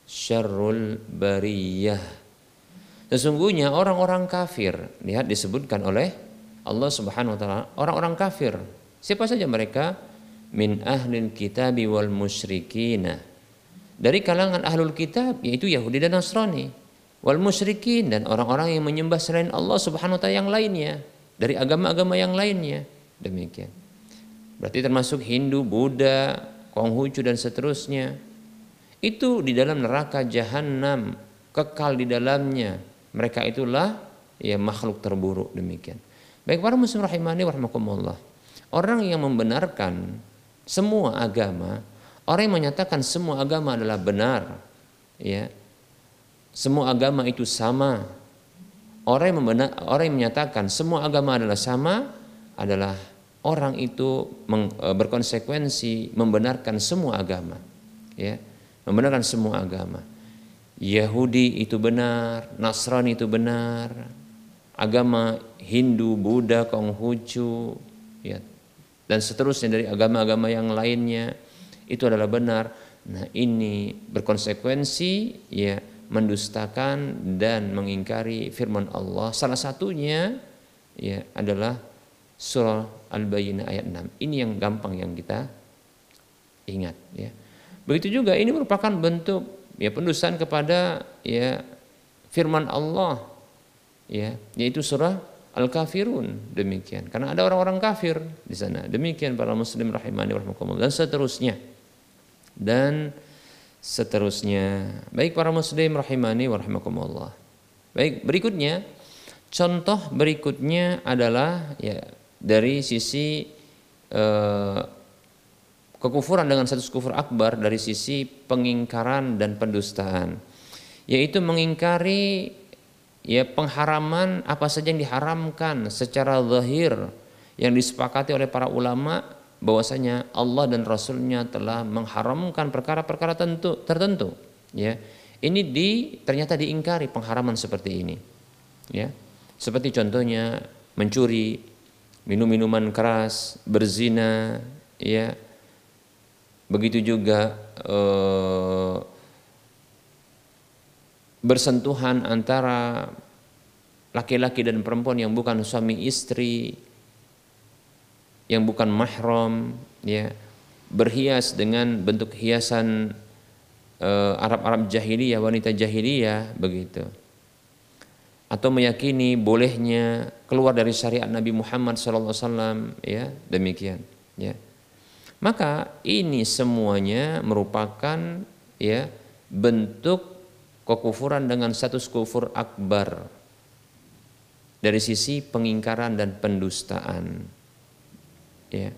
syarrul bariyah. Sesungguhnya orang-orang kafir, lihat disebutkan oleh Allah Subhanahu wa taala, orang-orang kafir. Siapa saja mereka? Min ahlil kitabi wal musyrikina. Dari kalangan ahlul kitab, yaitu Yahudi dan Nasrani. Wal musyrikin, dan orang-orang yang menyembah selain Allah Subhanahu wa taala yang lainnya, dari agama-agama yang lainnya. Demikian. Berarti termasuk Hindu, Buddha, Konghucu dan seterusnya. Itu di dalam neraka jahanam, kekal di dalamnya. Mereka itulah ya makhluk terburuk, demikian. Baik para muslim rahimani wa rahimakumullah. Orang yang membenarkan semua agama, orang yang menyatakan semua agama adalah benar, ya. Semua agama itu sama. Orang yang menyatakan semua agama adalah sama adalah orang itu berkonsekuensi membenarkan semua agama, ya. Membenarkan semua agama. Yahudi itu benar, Nasrani itu benar, agama Hindu, Buddha, Konghucu, ya, dan seterusnya dari agama-agama yang lainnya itu adalah benar. Nah, ini berkonsekuensi ya mendustakan dan mengingkari firman Allah. Salah satunya ya adalah surah Al-Bayyinah ayat 6. Ini yang gampang yang kita ingat, ya. Begitu juga ini merupakan bentuk ya pendustaan kepada ya firman Allah, ya, yaitu surah Al-Kafirun, demikian. Karena ada orang-orang kafir di sana. Demikian para muslim rahimani wa rahimakumullah, dan seterusnya. Dan seterusnya. Baik para muslim rahimani wa rahimakumullah. Baik, berikutnya contoh berikutnya adalah ya dari sisi kekufuran dengan status kufur akbar, dari sisi pengingkaran dan pendustaan, yaitu mengingkari ya pengharaman apa saja yang diharamkan secara zahir yang disepakati oleh para ulama bahwasanya Allah dan Rasulnya telah mengharamkan perkara-perkara tertentu, ya. Ini ternyata diingkari pengharaman seperti ini, ya. Seperti contohnya mencuri, minum minuman keras, berzina, ya. Begitu juga bersentuhan antara laki-laki dan perempuan yang bukan suami istri, yang bukan mahram, ya, berhias dengan bentuk hiasan Arab-Arab jahiliyah, wanita jahiliyah, begitu. Atau meyakini bolehnya keluar dari syariat Nabi Muhammad SAW, ya, demikian, ya. Maka ini semuanya merupakan ya bentuk kekufuran dengan status kufur akbar dari sisi pengingkaran dan pendustaan, ya.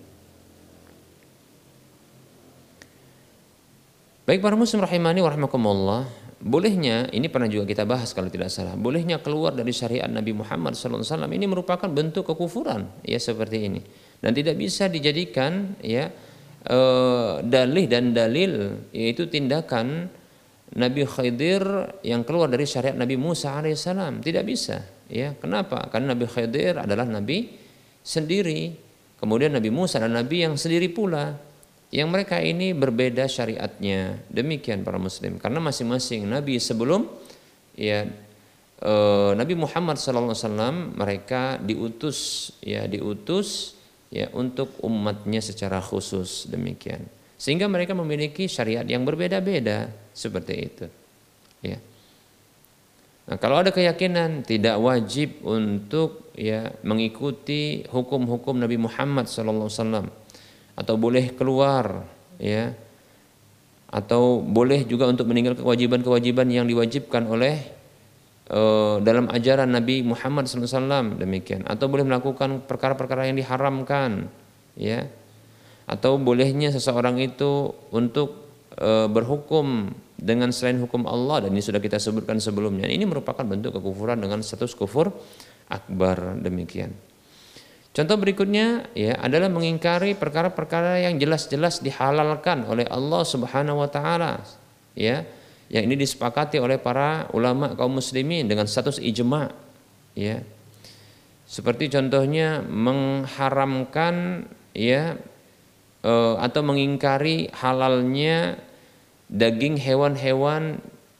Baik para muslim rahimani wa rahimakumullah, bolehnya, ini pernah juga kita bahas kalau tidak salah, bolehnya keluar dari syariat Nabi Muhammad SAW ini merupakan bentuk kekufuran, ya, seperti ini, dan tidak bisa dijadikan ya dalih dan dalil, yaitu tindakan Nabi Khidir yang keluar dari syariat Nabi Musa alaihissalam. Tidak bisa, ya. Kenapa? Karena Nabi Khidir adalah nabi sendiri, kemudian Nabi Musa adalah nabi yang sendiri pula, yang mereka ini berbeda syariatnya. Demikian para muslim, karena masing-masing nabi sebelum ya Nabi Muhammad SAW mereka diutus ya untuk umatnya secara khusus, demikian. Sehingga mereka memiliki syariat yang berbeda-beda seperti itu, ya. Nah, kalau ada keyakinan tidak wajib untuk ya mengikuti hukum-hukum Nabi Muhammad SAW, atau boleh keluar, ya, atau boleh juga untuk meninggalkan kewajiban-kewajiban yang diwajibkan oleh dalam ajaran Nabi Muhammad SAW, demikian, atau boleh melakukan perkara-perkara yang diharamkan, ya, atau bolehnya seseorang itu untuk berhukum dengan selain hukum Allah, dan ini sudah kita sebutkan sebelumnya. Ini merupakan bentuk kekufuran dengan status kufur akbar, demikian. Contoh berikutnya ya adalah mengingkari perkara-perkara yang jelas-jelas dihalalkan oleh Allah Subhanahu wa taala, ya. Yang ini disepakati oleh para ulama kaum muslimin dengan status ijma', ya. Seperti contohnya mengharamkan ya atau mengingkari halalnya daging hewan-hewan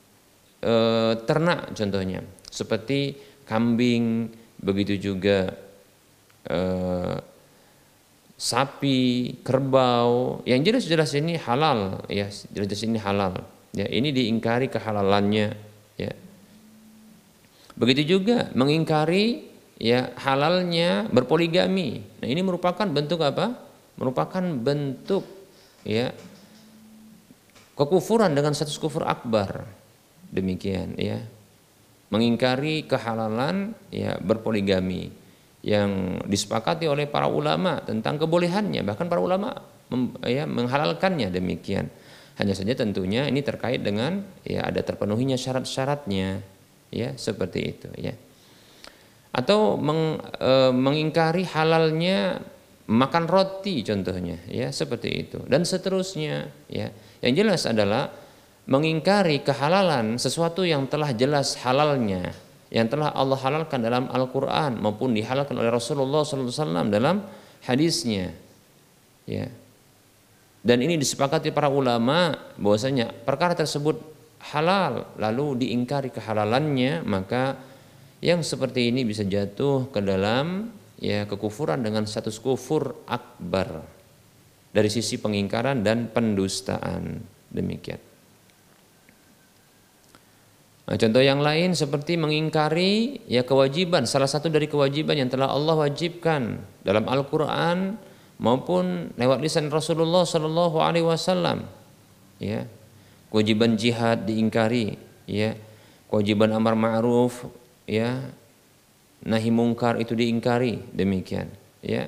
ternak contohnya, seperti kambing, begitu juga sapi, kerbau, yang jelas-jelas ini halal, ya, jelas-jelas ini halal. Ya, ini diingkari kehalalannya, ya. Begitu juga mengingkari ya halalnya berpoligami. Nah, ini merupakan bentuk apa? Merupakan bentuk ya kekufuran dengan status kufur akbar. Demikian ya. Mengingkari kehalalan ya berpoligami yang disepakati oleh para ulama tentang kebolehannya, bahkan para ulama menghalalkannya demikian. Hanya saja tentunya ini terkait dengan ya ada terpenuhinya syarat-syaratnya ya seperti itu ya. Atau mengingkari halalnya makan roti contohnya ya seperti itu dan seterusnya ya. Yang jelas adalah mengingkari kehalalan sesuatu yang telah jelas halalnya, yang telah Allah halalkan dalam Al-Quran maupun dihalalkan oleh Rasulullah SAW dalam hadisnya ya. Dan ini disepakati para ulama bahwasanya perkara tersebut halal lalu diingkari kehalalannya, maka yang seperti ini bisa jatuh ke dalam ya kekufuran dengan status kufur akbar dari sisi pengingkaran dan pendustaan demikian. Nah, contoh yang lain seperti mengingkari ya kewajiban, salah satu dari kewajiban yang telah Allah wajibkan dalam Al-Quran maupun lewat lisan Rasulullah Sallallahu Alaihi Wasallam, ya kewajiban jihad diingkari, ya kewajiban amar ma'ruf, ya nahi mungkar itu diingkari demikian, ya.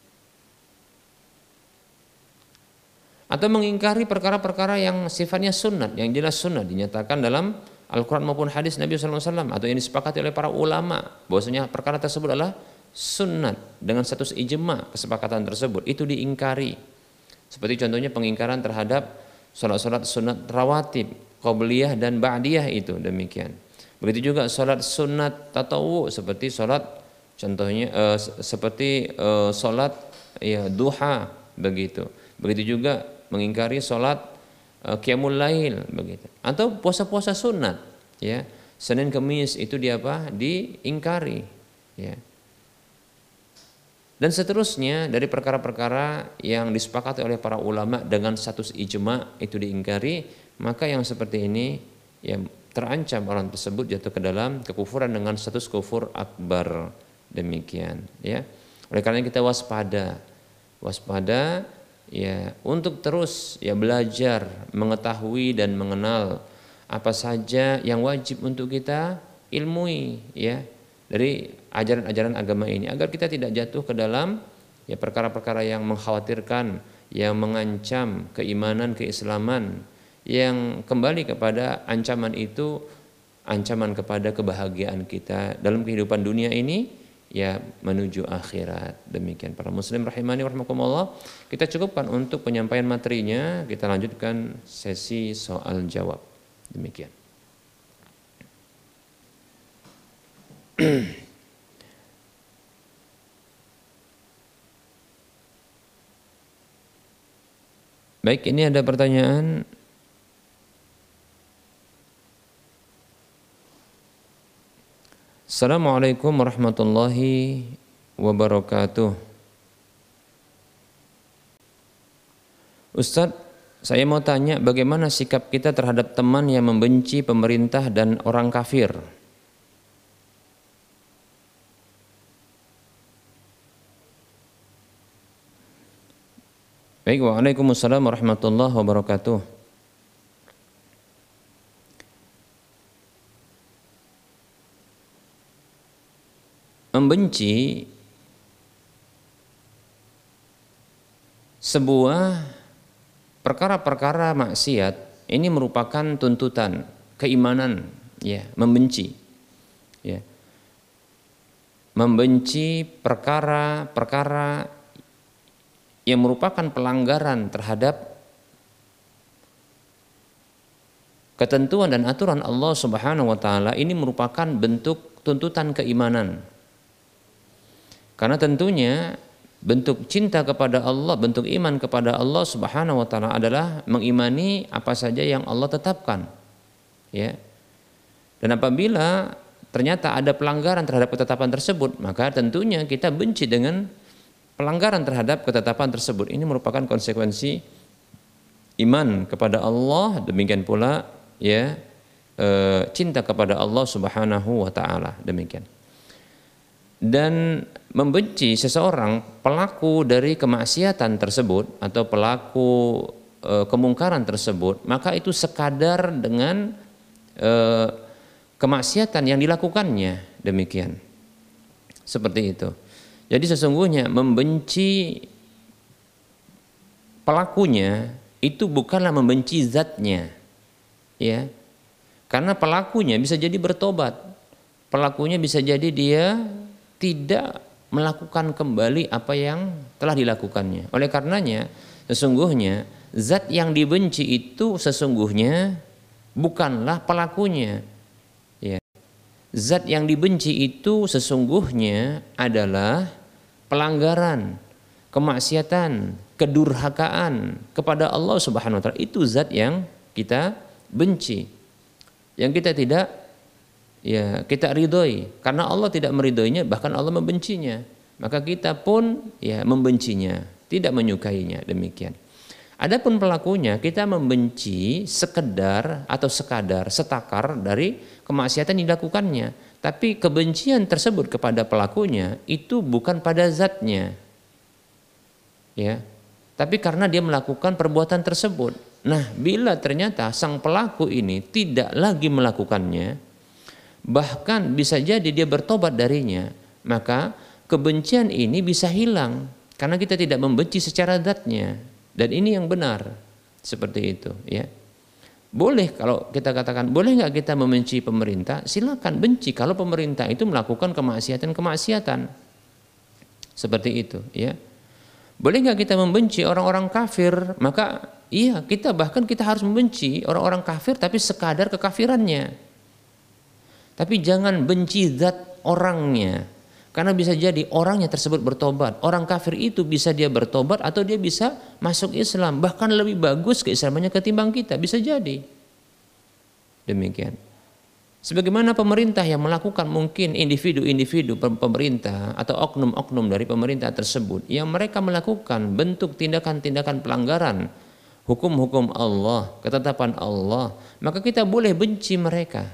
Atau mengingkari perkara-perkara yang sifatnya sunnat, yang jelas sunnat dinyatakan dalam Al-Quran maupun hadis Nabi SAW atau yang disepakati oleh para ulama bahwasanya perkara tersebut adalah sunnat dengan status ijma, kesepakatan tersebut itu diingkari. Seperti contohnya pengingkaran terhadap sholat-sholat sunat rawatib, qobliyah dan ba'diyah itu demikian. Begitu juga sholat sunat tatawu seperti sholat contohnya seperti sholat ya duha begitu. Begitu juga mengingkari sholat qiyamul lail begitu. Atau puasa-puasa sunat ya. Senin Kemis itu diingkari ya. Dan seterusnya dari perkara-perkara yang disepakati oleh para ulama dengan status ijma itu diingkari, maka yang seperti ini ya terancam orang tersebut jatuh ke dalam kekufuran dengan status kufur akbar demikian ya. Oleh karena kita waspada ya untuk terus ya belajar mengetahui dan mengenal apa saja yang wajib untuk kita ilmui ya dari ajaran-ajaran agama ini agar kita tidak jatuh ke dalam ya perkara-perkara yang mengkhawatirkan, yang mengancam keimanan, keislaman, yang kembali kepada ancaman itu ancaman kepada kebahagiaan kita dalam kehidupan dunia ini ya menuju akhirat. Demikian para muslim rahimani warahmatullah. Kita cukupkan untuk penyampaian materinya, kita lanjutkan sesi soal jawab. Demikian. Baik, ini ada pertanyaan. Assalamualaikum warahmatullahi wabarakatuh. Ustadz, saya mau tanya bagaimana sikap kita terhadap teman yang membenci pemerintah dan orang kafir? Baik, waalaikumsalam warahmatullahi wabarakatuh. Membenci sebuah perkara-perkara maksiat ini merupakan tuntutan keimanan, ya, membenci, ya, membenci perkara-perkara yang merupakan pelanggaran terhadap ketentuan dan aturan Allah Subhanahu wa taala ini merupakan bentuk tuntutan keimanan. Karena tentunya bentuk cinta kepada Allah, bentuk iman kepada Allah Subhanahu wa taala adalah mengimani apa saja yang Allah tetapkan. Ya. Dan apabila ternyata ada pelanggaran terhadap ketetapan tersebut, maka tentunya kita benci dengan pelanggaran terhadap ketetapan tersebut. Ini merupakan konsekuensi iman kepada Allah, demikian pula ya cinta kepada Allah Subhanahu wa taala, demikian. Dan membenci seseorang pelaku dari kemaksiatan tersebut atau pelaku kemungkaran tersebut, maka itu sekadar dengan kemaksiatan yang dilakukannya, demikian. Seperti itu. Jadi sesungguhnya membenci pelakunya itu bukanlah membenci zatnya, ya. Karena pelakunya bisa jadi bertobat, pelakunya bisa jadi dia tidak melakukan kembali apa yang telah dilakukannya. Oleh karenanya, sesungguhnya zat yang dibenci itu sesungguhnya bukanlah pelakunya. Ya. Zat yang dibenci itu sesungguhnya adalah pelanggaran, kemaksiatan, kedurhakaan kepada Allah Subhanahu wa taala. Itu zat yang kita benci, yang kita tidak kita ridhoi, karena Allah tidak meridhoinya, bahkan Allah membencinya. Maka kita pun membencinya, tidak menyukainya, demikian. Adapun pelakunya kita membenci sekedar atau setakar dari kemaksiatan yang dilakukannya. Tapi kebencian tersebut kepada pelakunya itu bukan pada zatnya, ya, tapi karena dia melakukan perbuatan tersebut. Nah, bila ternyata sang pelaku ini tidak lagi melakukannya, bahkan bisa jadi dia bertobat darinya, maka kebencian ini bisa hilang karena kita tidak membenci secara zatnya. Dan ini yang benar, seperti itu, ya. Boleh kalau kita katakan, boleh nggak kita membenci pemerintah? Silakan benci kalau pemerintah itu melakukan kemaksiatan, seperti itu, ya. Boleh nggak kita membenci orang-orang kafir? Maka iya, kita harus membenci orang-orang kafir, tapi sekadar kekafirannya. Tapi jangan benci zat orangnya, karena bisa jadi orangnya tersebut bertobat. Orang kafir itu bisa dia bertobat atau dia bisa masuk Islam, bahkan lebih bagus keislamannya ketimbang kita, bisa jadi. Demikian. Sebagaimana pemerintah yang melakukan mungkin individu-individu pemerintah atau oknum-oknum dari pemerintah tersebut yang mereka melakukan bentuk tindakan-tindakan pelanggaran hukum-hukum Allah, ketetapan Allah, maka kita boleh benci mereka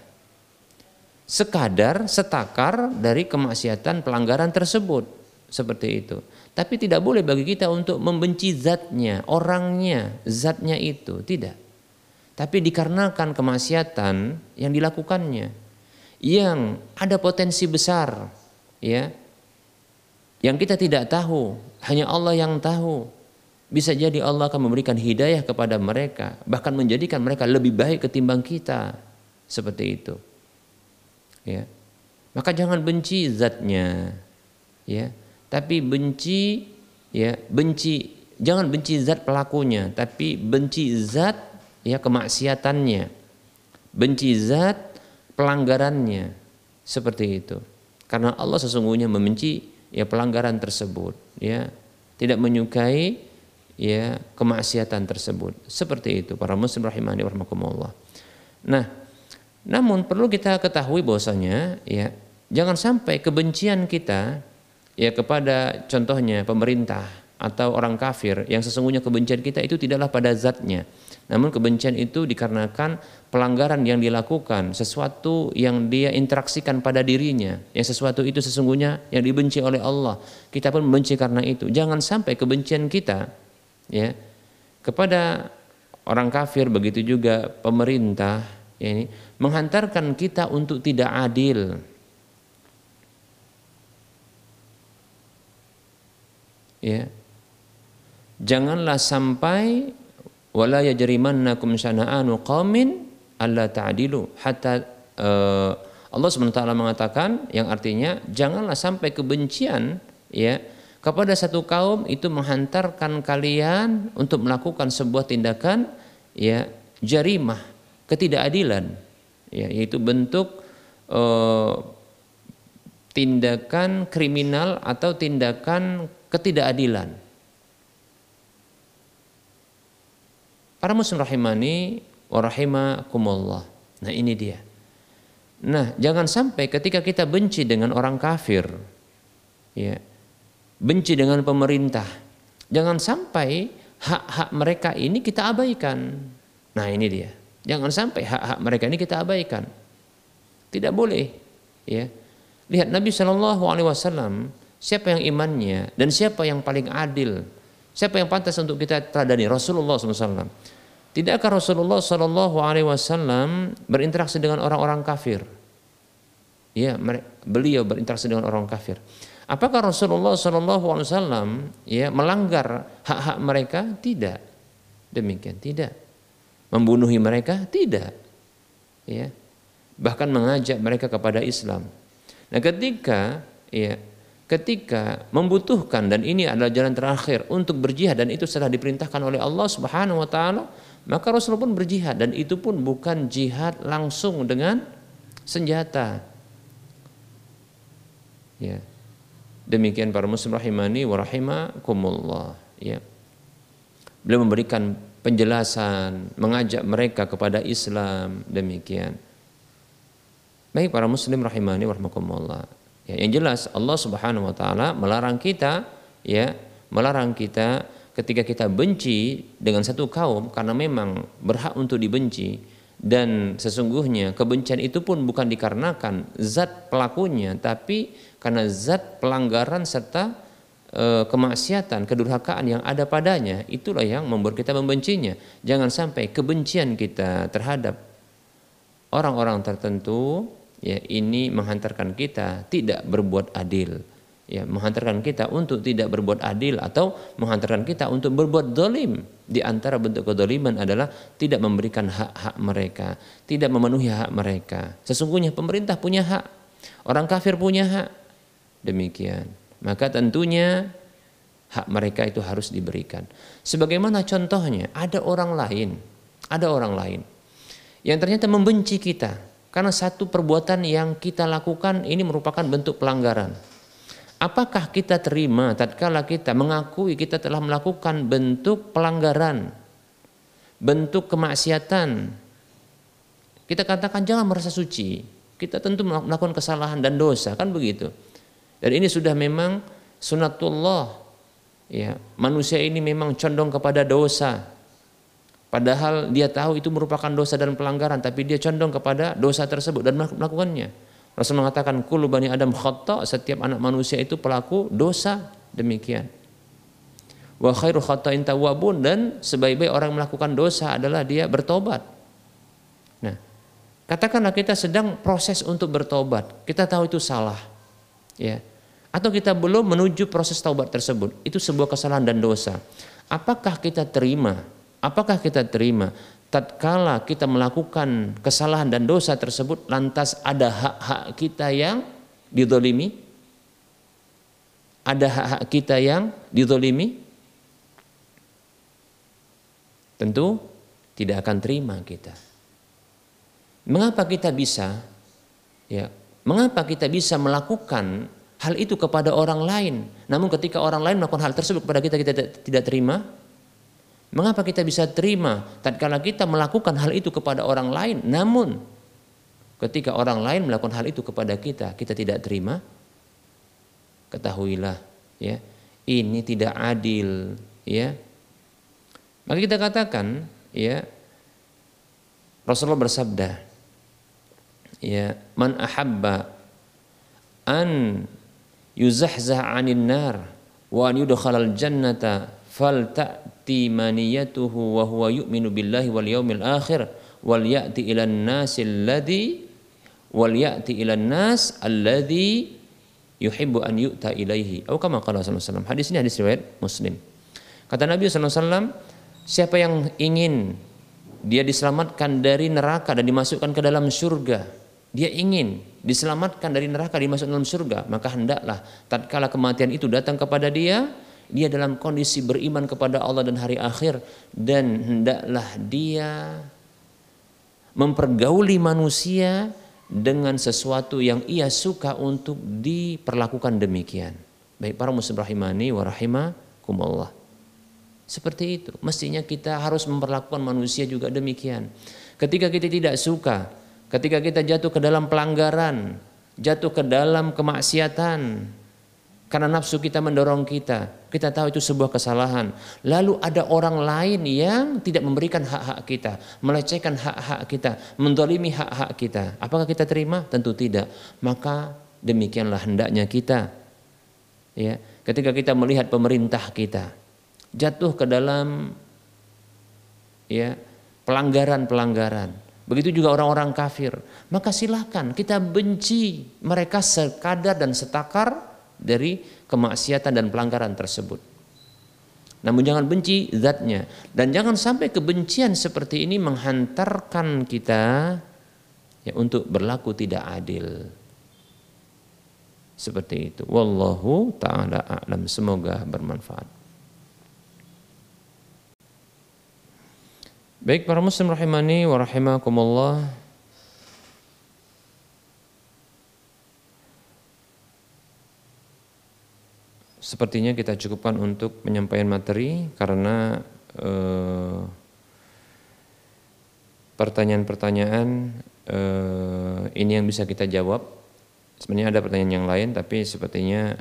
setakar dari kemaksiatan pelanggaran tersebut, seperti itu. Tapi tidak boleh bagi kita untuk membenci zatnya, orangnya, zatnya itu, tidak. Tapi dikarenakan kemaksiatan yang dilakukannya, yang ada potensi besar, ya, yang kita tidak tahu, hanya Allah yang tahu. Bisa jadi Allah akan memberikan hidayah kepada mereka, bahkan menjadikan mereka lebih baik ketimbang kita, seperti itu. Ya, maka jangan benci zatnya, ya, tapi jangan benci zat pelakunya, tapi benci zat kemaksiatannya, benci zat pelanggarannya, seperti itu. Karena Allah sesungguhnya membenci pelanggaran tersebut, ya, tidak menyukai kemaksiatan tersebut, seperti itu. Para muslim rahimani wa rahimakumullah. Nah, namun perlu kita ketahui bahwasanya jangan sampai kebencian kita kepada contohnya pemerintah atau orang kafir, yang sesungguhnya kebencian kita itu tidaklah pada zatnya, namun kebencian itu dikarenakan pelanggaran yang dilakukan, sesuatu yang dia interaksikan pada dirinya, yang sesuatu itu sesungguhnya yang dibenci oleh Allah, kita pun membenci karena itu. Jangan sampai kebencian kita kepada orang kafir, begitu juga pemerintah, ini menghantarkan kita untuk tidak adil. Ya. Janganlah sampai wala yajrimannakum syana'anu qaumin alla ta'dilu hatta Allah SWT mengatakan, yang artinya janganlah sampai kebencian kepada satu kaum itu menghantarkan kalian untuk melakukan sebuah tindakan jarimah, ketidakadilan, yaitu bentuk tindakan kriminal atau tindakan ketidakadilan. Para muslim rahimani wa rahimakumullah. Nah, ini dia. Nah, jangan sampai ketika kita benci dengan orang kafir, ya, benci dengan pemerintah, jangan sampai hak-hak mereka ini kita abaikan. Nah, ini dia. Jangan sampai hak-hak mereka ini kita abaikan. Tidak boleh, ya. Lihat Nabi Shallallahu Alaihi Wasallam, siapa yang imannya dan siapa yang paling adil, siapa yang pantas untuk kita teladani? Rasulullah SAW. Tidakkah Rasulullah Shallallahu Alaihi Wasallam berinteraksi dengan orang-orang kafir? Ya, beliau berinteraksi dengan orang kafir. Apakah Rasulullah Shallallahu Alaihi Wasallam ya melanggar hak-hak mereka? Tidak. Demikian, tidak. Membunuhi mereka? Tidak. Ya. Bahkan mengajak mereka kepada Islam. Nah, ketika membutuhkan dan ini adalah jalan terakhir untuk berjihad dan itu setelah diperintahkan oleh Allah Subhanahu wa taala, maka Rasulullah pun berjihad dan itu pun bukan jihad langsung dengan senjata. Ya. Demikian para muslim rahimani wa rahimakumullah, ya. Beliau memberikan penjelasan, mengajak mereka kepada Islam, demikian. Baik para muslim rahimani wa rahimakumullah. Ya, yang jelas Allah Subhanahu wa taala melarang kita, ya, melarang kita ketika kita benci dengan satu kaum karena memang berhak untuk dibenci dan sesungguhnya kebencian itu pun bukan dikarenakan zat pelakunya tapi karena zat pelanggaran serta kemaksiatan, kedurhakaan yang ada padanya, itulah yang membuat kita membencinya. Jangan sampai kebencian kita terhadap orang-orang tertentu, ya, ini menghantarkan kita tidak berbuat adil, ya, menghantarkan kita untuk tidak berbuat adil atau menghantarkan kita untuk berbuat zalim. Di antara bentuk kedzaliman adalah tidak memberikan hak-hak mereka, tidak memenuhi hak mereka. Sesungguhnya pemerintah punya hak, orang kafir punya hak, demikian. Maka tentunya hak mereka itu harus diberikan. Sebagaimana contohnya ada orang lain yang ternyata membenci kita karena satu perbuatan yang kita lakukan ini merupakan bentuk pelanggaran. Apakah kita terima tatkala kita mengakui kita telah melakukan bentuk pelanggaran, bentuk kemaksiatan? Kita katakan jangan merasa suci. Kita tentu melakukan kesalahan dan dosa, kan begitu. Dan ini sudah memang sunatullah, ya, manusia ini memang condong kepada dosa. Padahal dia tahu itu merupakan dosa dan pelanggaran, tapi dia condong kepada dosa tersebut dan melakukannya. Rasul mengatakan kullu bani Adam khata', setiap anak manusia itu pelaku dosa, demikian. Wa khairu khata'in tawwabun, dan sebaik-baik orang melakukan dosa adalah dia bertobat. Nah, katakanlah kita sedang proses untuk bertobat, kita tahu itu salah, ya. Atau kita belum menuju proses taubat tersebut, itu sebuah kesalahan dan dosa. Apakah kita terima? Apakah kita terima tatkala kita melakukan kesalahan dan dosa tersebut lantas ada hak-hak kita yang dizalimi? Ada hak-hak kita yang dizalimi? Tentu tidak akan terima kita. Mengapa kita bisa, ya, mengapa kita bisa melakukan hal itu kepada orang lain, namun ketika orang lain melakukan hal tersebut kepada kita, kita tidak terima? Mengapa kita bisa terima tatkala kita melakukan hal itu kepada orang lain, namun ketika orang lain melakukan hal itu kepada kita, kita tidak terima? Ketahuilah, ya, ini tidak adil, ya. Maka kita katakan, ya, Rasulullah bersabda, ya, man ahabba an yuzahzah 'anil nar wa an yudkhalal jannata falta'ti maniyatuhu wa huwa yu'minu billahi wal yawmil akhir wal ya'ti ilan nas alladhi yuhibbu an yu'ta ilaihi, atau kama qala sallallahu alaihi wasallam. Hadis ini hadis riwayat Muslim. Kata Nabi sallallahu alaihi wasallam, siapa yang ingin dia diselamatkan dari neraka dan dimasukkan ke dalam surga, dia ingin diselamatkan dari neraka, dimasukkan dalam surga, maka hendaklah tatkala kematian itu datang kepada dia dalam kondisi beriman kepada Allah dan hari akhir, dan hendaklah dia mempergauli manusia dengan sesuatu yang ia suka untuk diperlakukan demikian. Baik para muslim rahimani wa rahimakumullah. Seperti itu, mestinya kita harus memperlakukan manusia juga demikian. Ketika kita tidak suka Ketika kita jatuh ke dalam pelanggaran, jatuh ke dalam kemaksiatan, karena nafsu kita mendorong kita tahu itu sebuah kesalahan. Lalu ada orang lain yang tidak memberikan hak-hak kita, melecehkan hak-hak kita, mendolimi hak-hak kita. Apakah kita terima? Tentu tidak. Maka demikianlah hendaknya kita, ya, ketika kita melihat pemerintah kita jatuh ke dalam, ya, pelanggaran-pelanggaran, begitu juga orang-orang kafir, maka silakan kita benci mereka sekadar dan setakar dari kemaksiatan dan pelanggaran tersebut. Namun jangan benci zatnya, dan jangan sampai kebencian seperti ini menghantarkan kita, ya, untuk berlaku tidak adil. Seperti itu. Wallahu ta'ala a'lam. Semoga bermanfaat. Baik para muslim rahimani wa rahimakumullah. Sepertinya kita cukupkan untuk penyampaian materi karena pertanyaan-pertanyaan ini yang bisa kita jawab. Sebenarnya ada pertanyaan yang lain, tapi sepertinya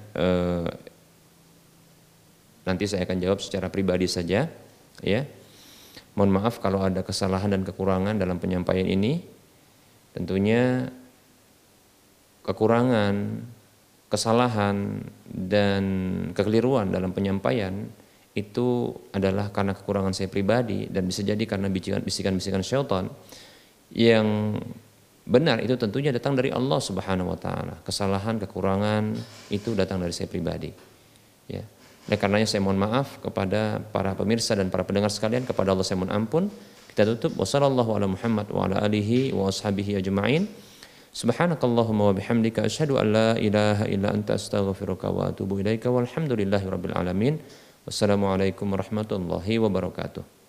nanti saya akan jawab secara pribadi saja, ya. Mohon maaf kalau ada kesalahan dan kekurangan dalam penyampaian ini. Tentunya kekurangan, kesalahan dan kekeliruan dalam penyampaian itu adalah karena kekurangan saya pribadi, dan bisa jadi karena bisikan-bisikan syaitan. Yang benar itu tentunya datang dari Allah Subhanahu wa taala. Kesalahan, kekurangan itu datang dari saya pribadi. Ya. Oleh karenanya saya mohon maaf kepada para pemirsa dan para pendengar sekalian, kepada Allah saya mohon ampun. Kita tutup wassallallahu ala Muhammad wa ala alihi wa ashabihi ajma'in. Subhanakallahumma wa bihamdika asyhadu an la ilaha illa anta astaghfiruka wa atubu ilaika walhamdulillahi rabbil alamin. Wassalamualaikum warahmatullahi wabarakatuh.